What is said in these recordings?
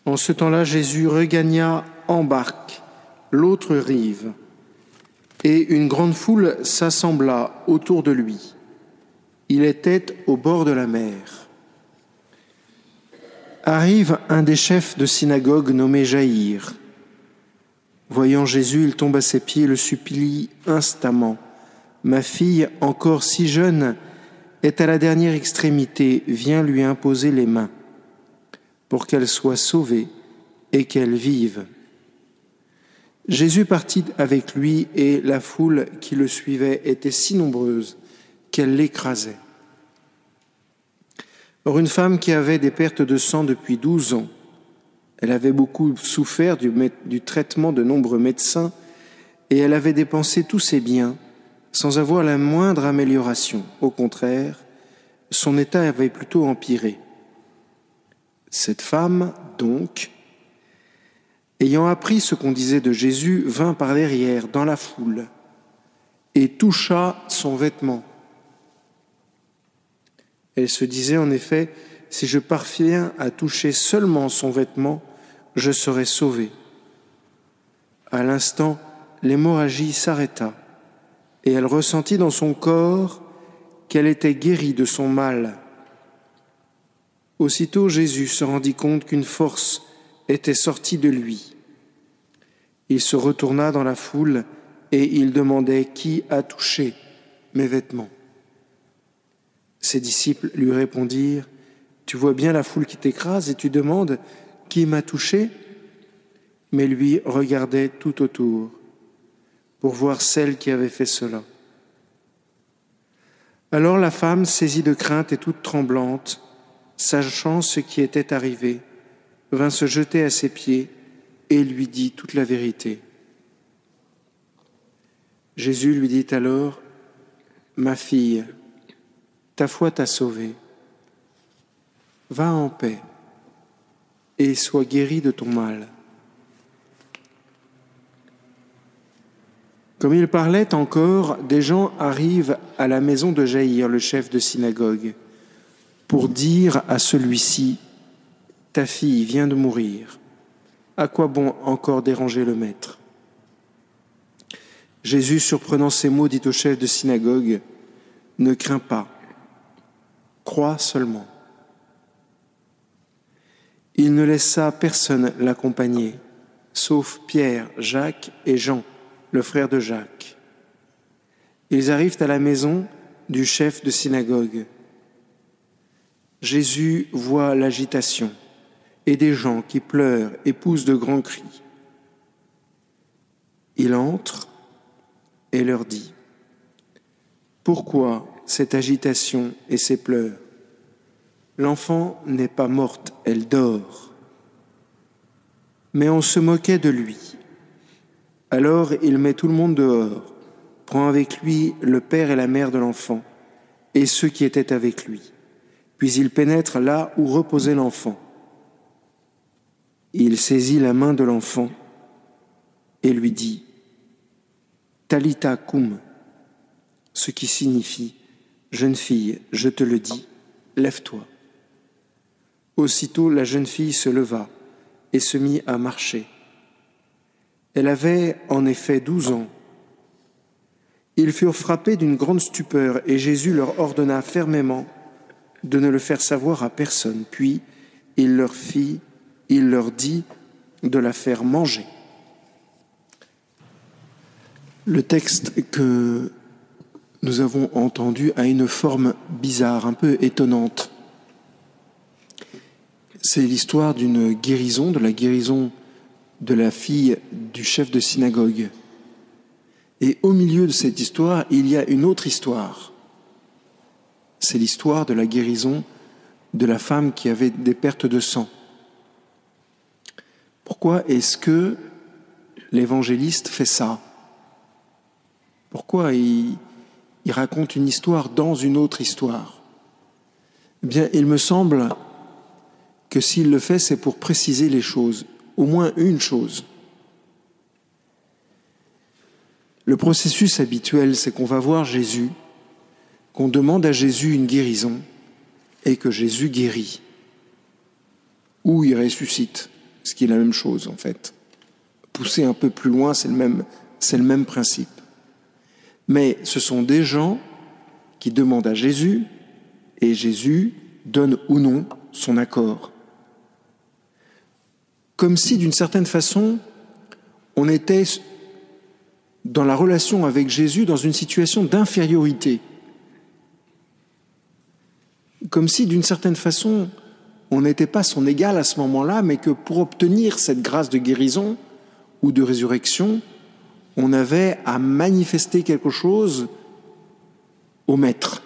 En ce temps-là, Jésus regagna en barque l'autre rive, et une grande foule s'assembla autour de lui. Il était au bord de la mer. Arrive un des chefs de synagogue nommé Jaïr. Voyant Jésus, il tombe à ses pieds et le supplie instamment. « Ma fille, encore si jeune, est à la dernière extrémité. Viens lui imposer les mains, pour qu'elle soit sauvée et qu'elle vive. » Jésus partit avec lui, et la foule qui le suivait était si nombreuse qu'elle l'écrasait. Or, une femme qui avait des pertes de sang depuis 12 ans, elle avait beaucoup souffert du traitement de nombreux médecins, et elle avait dépensé tous ses biens sans avoir la moindre amélioration. Au contraire, son état avait plutôt empiré. Cette femme, donc, ayant appris ce qu'on disait de Jésus, vint par derrière, dans la foule, et toucha son vêtement. Elle se disait en effet, « Si je parviens à toucher seulement son vêtement, je serai sauvée. » À l'instant, l'hémorragie s'arrêta, et elle ressentit dans son corps qu'elle était guérie de son mal. Aussitôt, Jésus se rendit compte qu'une force était sortie de lui. Il se retourna dans la foule et il demandait « Qui a touché mes vêtements ?» Ses disciples lui répondirent « Tu vois bien la foule qui t'écrase et tu demandes « Qui m'a touché ?» Mais lui regardait tout autour pour voir celle qui avait fait cela. Alors la femme, saisie de crainte et toute tremblante, sachant ce qui était arrivé, vint se jeter à ses pieds et lui dit toute la vérité. Jésus lui dit alors, « Ma fille, ta foi t'a sauvée. Va en paix et sois guérie de ton mal. » Comme il parlait encore, des gens arrivent à la maison de Jaïr, le chef de synagogue, pour dire à celui-ci, « Ta fille vient de mourir. À quoi bon encore déranger le maître ?» Jésus, surprenant ces mots, dit au chef de synagogue, « Ne crains pas, crois seulement. » Il ne laissa personne l'accompagner, sauf Pierre, Jacques et Jean, le frère de Jacques. Ils arrivent à la maison du chef de synagogue. Jésus voit l'agitation et des gens qui pleurent et poussent de grands cris. Il entre et leur dit, « Pourquoi cette agitation et ces pleurs ? L'enfant n'est pas morte, elle dort. » Mais on se moquait de lui. Alors il met tout le monde dehors, prend avec lui le père et la mère de l'enfant et ceux qui étaient avec lui. Puis il pénètre là où reposait l'enfant. Il saisit la main de l'enfant et lui dit « Talitha koum », ce qui signifie « Jeune fille, je te le dis, lève-toi ». Aussitôt la jeune fille se leva et se mit à marcher. Elle avait en effet 12 ans. Ils furent frappés d'une grande stupeur et Jésus leur ordonna fermement de ne le faire savoir à personne. Puis il leur dit de la faire manger. Le texte que nous avons entendu a une forme bizarre, un peu étonnante. C'est l'histoire d'une guérison, de la guérison de la fille du chef de synagogue. Et au milieu de cette histoire, il y a une autre histoire. C'est l'histoire de la guérison de la femme qui avait des pertes de sang. Pourquoi est-ce que l'évangéliste fait ça ? Pourquoi il raconte une histoire dans une autre histoire ? Eh bien, il me semble que s'il le fait, c'est pour préciser les choses, au moins une chose. Le processus habituel, c'est qu'on va voir Jésus, qu'on demande à Jésus une guérison et que Jésus guérit ou il ressuscite. ce qui est la même chose en fait. Pousser un peu plus loin, c'est le même principe. Mais ce sont des gens qui demandent à Jésus, et Jésus donne ou non son accord. Comme si, d'une certaine façon, on était dans la relation avec Jésus dans une situation d'infériorité. Comme si, d'une certaine façon, on n'était pas son égal à ce moment-là, mais que pour obtenir cette grâce de guérison ou de résurrection, on avait à manifester quelque chose au Maître.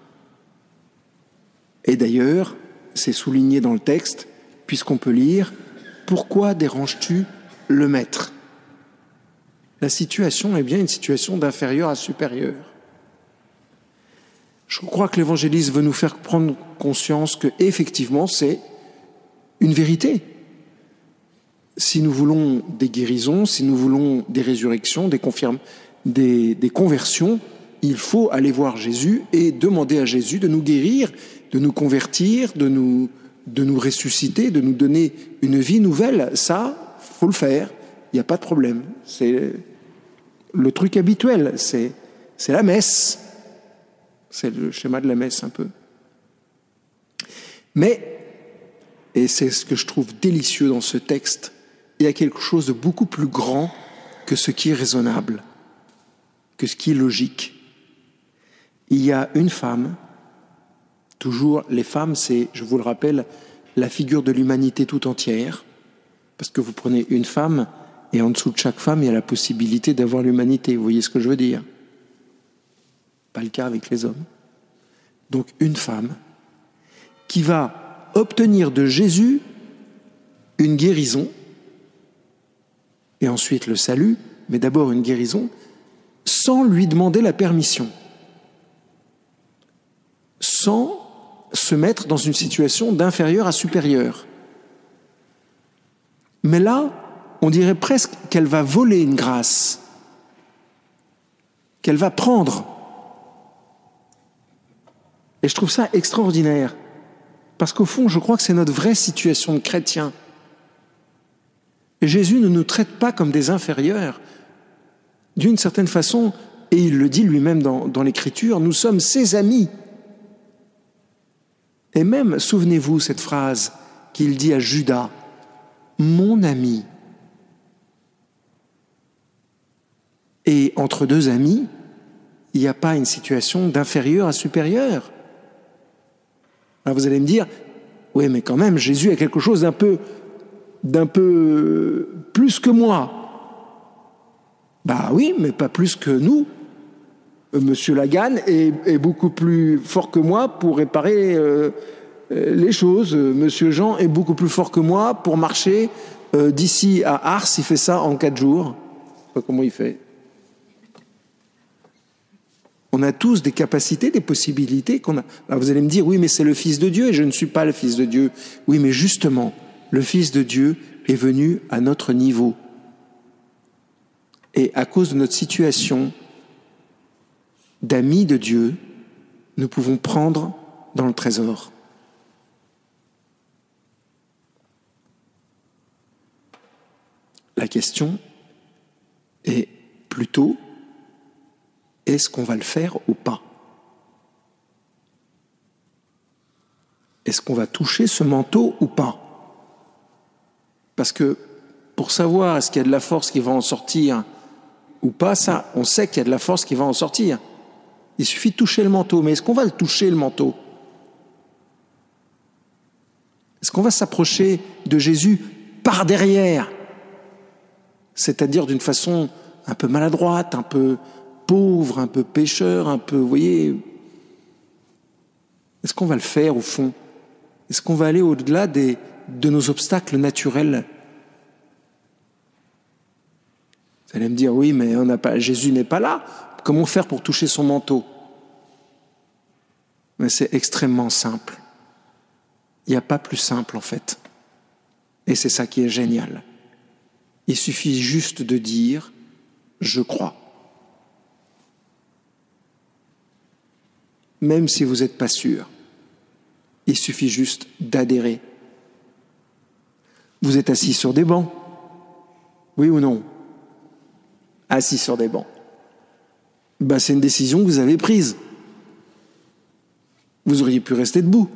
Et d'ailleurs, c'est souligné dans le texte, puisqu'on peut lire « Pourquoi déranges-tu le Maître ?» La situation est bien une situation d'inférieur à supérieur. Je crois que l'évangéliste veut nous faire prendre conscience que, effectivement, c'est une vérité. Si nous voulons des guérisons, si nous voulons des résurrections, des conversions, il faut aller voir Jésus et demander à Jésus de nous guérir, de nous convertir, de nous ressusciter, de nous donner une vie nouvelle. Ça, faut le faire, il n'y a pas de problème. C'est le truc habituel, c'est la messe. C'est le schéma de la messe un peu. Mais, et c'est ce que je trouve délicieux dans ce texte, il y a quelque chose de beaucoup plus grand que ce qui est raisonnable, que ce qui est logique. Il y a une femme, toujours les femmes, c'est, je vous le rappelle, la figure de l'humanité tout entière, parce que vous prenez une femme, et en dessous de chaque femme, il y a la possibilité d'avoir l'humanité. Vous voyez ce que je veux dire ? Pas le cas avec les hommes. Donc une femme qui va obtenir de Jésus une guérison, et ensuite le salut, mais d'abord une guérison, sans lui demander la permission, sans se mettre dans une situation d'inférieur à supérieur. Mais là, on dirait presque qu'elle va voler une grâce, qu'elle va prendre. Et je trouve ça extraordinaire, parce qu'au fond, je crois que c'est notre vraie situation de chrétien. Et Jésus ne nous traite pas comme des inférieurs. D'une certaine façon, et il le dit lui-même dans l'Écriture, nous sommes ses amis. Et même, souvenez-vous cette phrase qu'il dit à Judas, « Mon ami ». Et entre deux amis, il n'y a pas une situation d'inférieur à supérieur. Alors vous allez me dire, oui, mais quand même, Jésus a quelque chose d'un peu plus que moi. Bah oui, mais pas plus que nous. Monsieur Lagan est beaucoup plus fort que moi pour réparer les choses. Monsieur Jean est beaucoup plus fort que moi pour marcher d'ici à Ars. Il fait ça en 4 jours. Je ne sais pas comment il fait. On a tous des capacités, des possibilités qu'on a. Alors vous allez me dire, oui, mais c'est le Fils de Dieu et je ne suis pas le Fils de Dieu. Oui, mais justement, le Fils de Dieu est venu à notre niveau. Et à cause de notre situation d'amis de Dieu, nous pouvons prendre dans le trésor. La question est plutôt, est-ce qu'on va le faire ou pas ? Est-ce qu'on va toucher ce manteau ou pas ? Parce que pour savoir est-ce qu'il y a de la force qui va en sortir ou pas, ça, on sait qu'il y a de la force qui va en sortir. Il suffit de toucher le manteau. Mais est-ce qu'on va le toucher, le manteau ? Est-ce qu'on va s'approcher de Jésus par derrière ? C'est-à-dire d'une façon un peu maladroite, un peu pauvre, un peu pécheur, un peu, vous voyez, est-ce qu'on va le faire au fond ? Est-ce qu'on va aller au-delà de nos obstacles naturels ? Vous allez me dire, oui, mais Jésus n'est pas là. Comment faire pour toucher son manteau ? Mais c'est extrêmement simple. Il n'y a pas plus simple en fait. Et c'est ça qui est génial. Il suffit juste de dire « je crois ». Même si vous n'êtes pas sûr, il suffit juste d'adhérer. Vous êtes assis sur des bancs. Oui ou non? Assis sur des bancs. C'est une décision que vous avez prise. Vous auriez pu rester debout.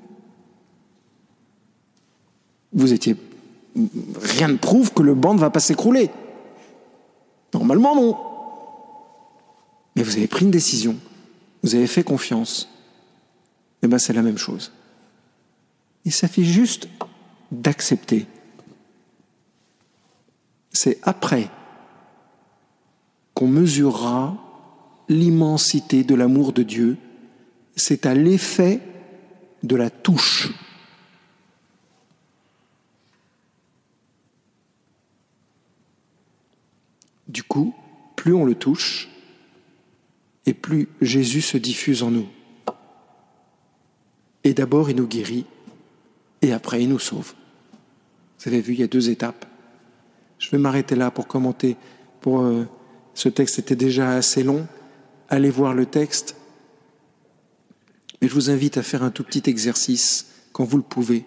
Rien ne prouve que le banc ne va pas s'écrouler. Normalement, non. Mais vous avez pris une décision. Vous avez fait confiance. C'est la même chose. Il suffit juste d'accepter. C'est après qu'on mesurera l'immensité de l'amour de Dieu. C'est à l'effet de la touche. Du coup, plus on le touche, et plus Jésus se diffuse en nous. Et d'abord, il nous guérit, et après, il nous sauve. Vous avez vu, il y a 2 étapes. Je vais m'arrêter là pour commenter. Ce texte était déjà assez long. Allez voir le texte. Mais je vous invite à faire un tout petit exercice, quand vous le pouvez.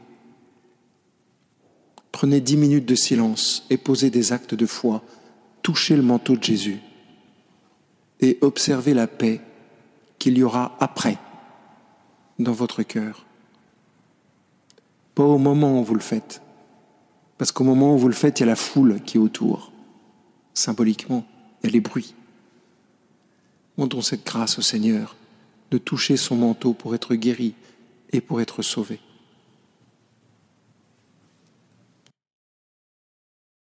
Prenez 10 minutes de silence et posez des actes de foi. Touchez le manteau de Jésus et observez la paix qu'il y aura après dans votre cœur. Pas au moment où vous le faites, parce qu'au moment où vous le faites, il y a la foule qui est autour. Symboliquement, il y a les bruits. Demandons cette grâce au Seigneur de toucher son manteau pour être guéri et pour être sauvé.